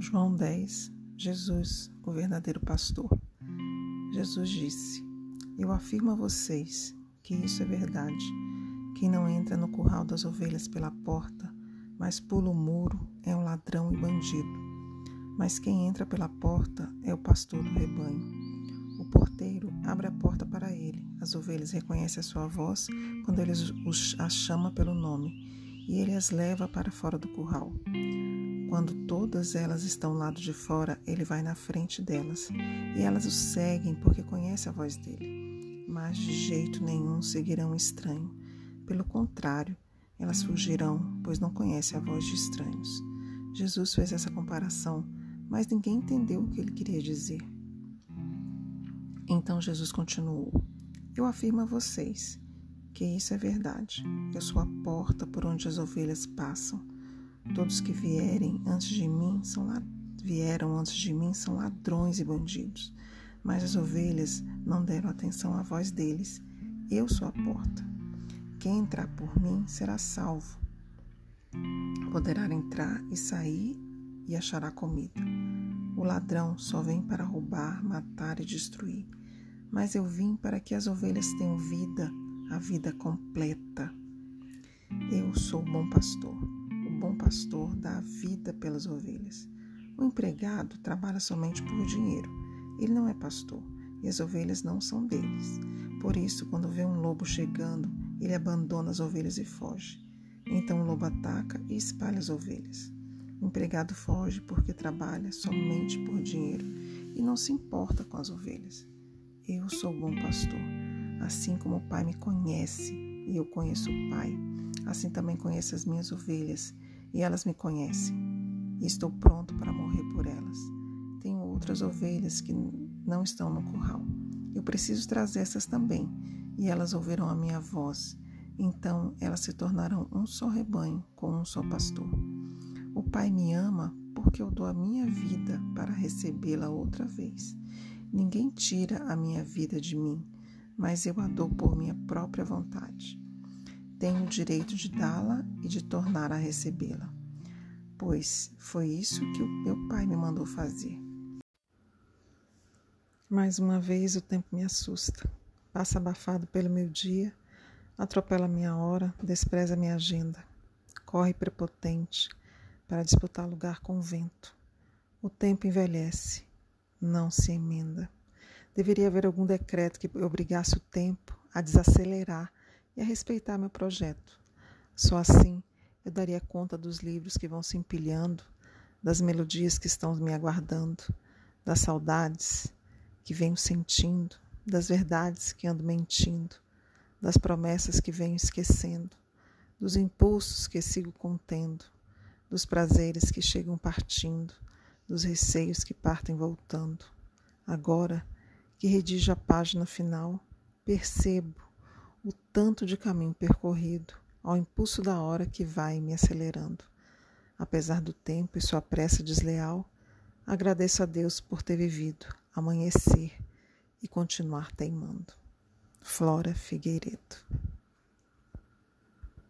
João 10, Jesus, o verdadeiro pastor. Jesus disse: Eu afirmo a vocês que isso é verdade. Quem não entra no curral das ovelhas pela porta, mas pula o muro, é um ladrão e bandido. Mas quem entra pela porta é o pastor do rebanho. O porteiro abre a porta para ele. As ovelhas reconhecem a sua voz quando ele as chama pelo nome, e ele as leva para fora do curral. Quando todas elas estão ao lado de fora, ele vai na frente delas, e elas o seguem porque conhecem a voz dele. Mas de jeito nenhum seguirão um estranho. Pelo contrário, elas fugirão, pois não conhecem a voz de estranhos. Jesus fez essa comparação, mas ninguém entendeu o que ele queria dizer. Então Jesus continuou: Eu afirmo a vocês que isso é verdade. Eu sou a porta por onde as ovelhas passam. Todos que vieram antes de mim são ladrões e bandidos, mas as ovelhas não deram atenção à voz deles. Eu sou a porta. Quem entrar por mim será salvo. Poderá entrar e sair e achará comida. O ladrão só vem para roubar, matar e destruir. Mas eu vim para que as ovelhas tenham vida, a vida completa. Eu sou o bom pastor. O bom pastor dá a vida pelas ovelhas. O empregado trabalha somente por dinheiro. Ele não é pastor e as ovelhas não são deles. Por isso, quando vê um lobo chegando, ele abandona as ovelhas e foge. Então o lobo ataca e espalha as ovelhas. O empregado foge porque trabalha somente por dinheiro e não se importa com as ovelhas. Eu sou o bom pastor. Assim como o Pai me conhece e eu conheço o Pai, assim também conheço as minhas ovelhas e elas me conhecem. E estou pronto para morrer por elas. Tenho outras ovelhas que não estão no curral. Eu preciso trazer essas também, e elas ouvirão a minha voz. Então elas se tornarão um só rebanho com um só pastor. O Pai me ama porque eu dou a minha vida para recebê-la outra vez. Ninguém tira a minha vida de mim, mas eu a dou por minha própria vontade. Tenho o direito de dá-la e de tornar a recebê-la, pois foi isso que o meu Pai me mandou fazer. Mais uma vez o tempo me assusta. Passa abafado pelo meu dia, atropela minha hora, despreza minha agenda. Corre prepotente para disputar lugar com o vento. O tempo envelhece, não se emenda. Deveria haver algum decreto que obrigasse o tempo a desacelerar e a respeitar meu projeto. Só assim eu daria conta dos livros que vão se empilhando, das melodias que estão me aguardando, das saudades que venho sentindo, das verdades que ando mentindo, das promessas que venho esquecendo, dos impulsos que sigo contendo, dos prazeres que chegam partindo, dos receios que partem voltando. Agora que redijo a página final, percebo o tanto de caminho percorrido ao impulso da hora que vai me acelerando. Apesar do tempo e sua pressa desleal, agradeço a Deus por ter vivido, amanhecer e continuar teimando. Flora Figueiredo.